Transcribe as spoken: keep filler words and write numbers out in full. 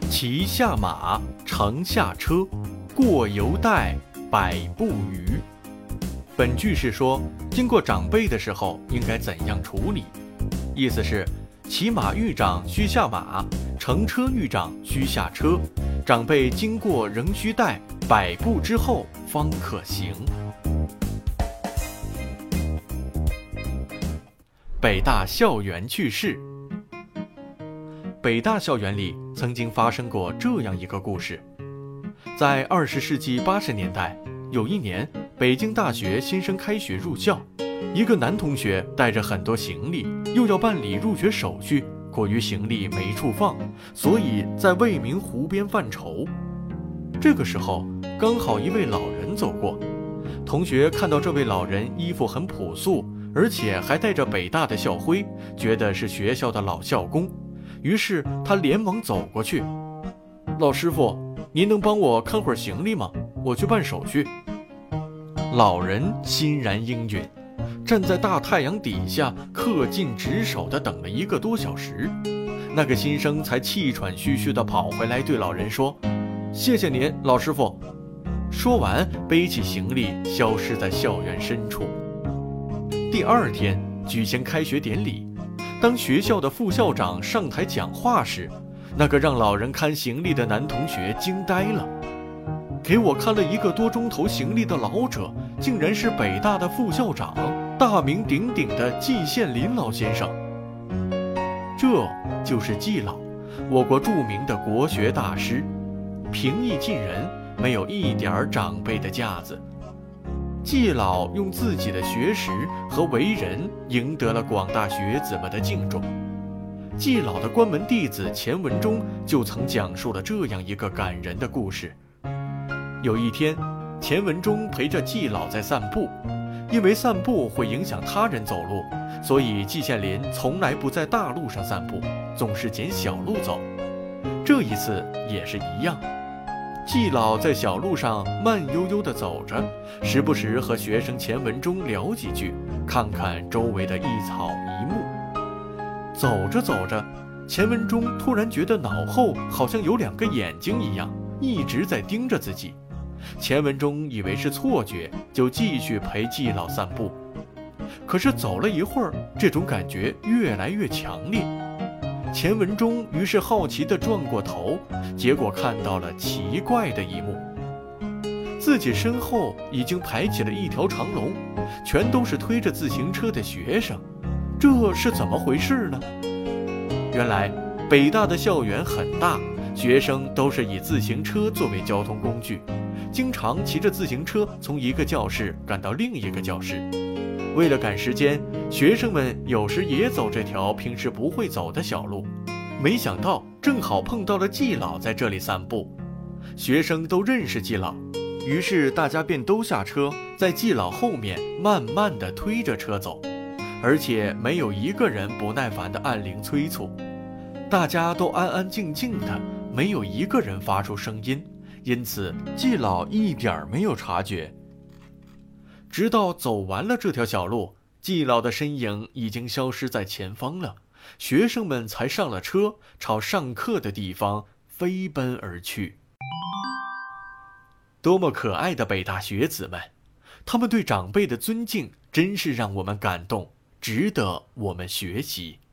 骑下马，乘下车，过犹带，百步余。本句是说，经过长辈的时候应该怎样处理。意思是，骑马遇长需下马，乘车遇长需下车，长辈经过仍需带，百步之后方可行。北大校园趣事。北大校园里曾经发生过这样一个故事。在二十世纪八十年代，有一年北京大学新生开学入校，一个男同学带着很多行李，又要办理入学手续，迫于行李没处放，所以在未名湖边犯愁。这个时候刚好一位老人走过，同学看到这位老人衣服很朴素，而且还带着北大的校徽，觉得是学校的老校工，于是他连忙走过去。老师傅，您能帮我看会儿行李吗？我去办手续。老人欣然应允，站在大太阳底下恪尽职守地等了一个多小时，那个新生才气喘吁吁地跑回来，对老人说：谢谢您，老师傅。说完背起行李消失在校园深处。第二天举行开学典礼，当学校的副校长上台讲话时，那个让老人看行李的男同学惊呆了。给我看了一个多钟头行李的老者，竟然是北大的副校长，大名鼎鼎的季羡林老先生。这就是季老，我国著名的国学大师，平易近人，没有一点长辈的架子。季老用自己的学识和为人赢得了广大学子们的敬重。季老的关门弟子钱文忠就曾讲述了这样一个感人的故事。有一天，钱文忠陪着季老在散步，因为散步会影响他人走路，所以季羡林从来不在大路上散步，总是捡小路走。这一次也是一样，季老在小路上慢悠悠地走着，时不时和学生钱文忠聊几句，看看周围的一草一木。走着走着，钱文忠突然觉得脑后好像有两个眼睛一样，一直在盯着自己。钱文忠以为是错觉，就继续陪季老散步。可是走了一会儿，这种感觉越来越强烈。钱文忠于是好奇地转过头，结果看到了奇怪的一幕。自己身后已经排起了一条长龙，全都是推着自行车的学生。这是怎么回事呢？原来北大的校园很大，学生都是以自行车作为交通工具，经常骑着自行车从一个教室赶到另一个教室。为了赶时间，学生们有时也走这条平时不会走的小路。没想到正好碰到了季老在这里散步，学生都认识季老，于是大家便都下车，在季老后面慢慢地推着车走，而且没有一个人不耐烦地按铃催促。大家都安安静静的，没有一个人发出声音，因此季老一点没有察觉。直到走完了这条小路，季老的身影已经消失在前方了，学生们才上了车，朝上课的地方飞奔而去。多么可爱的北大学子们，他们对长辈的尊敬真是让我们感动，值得我们学习。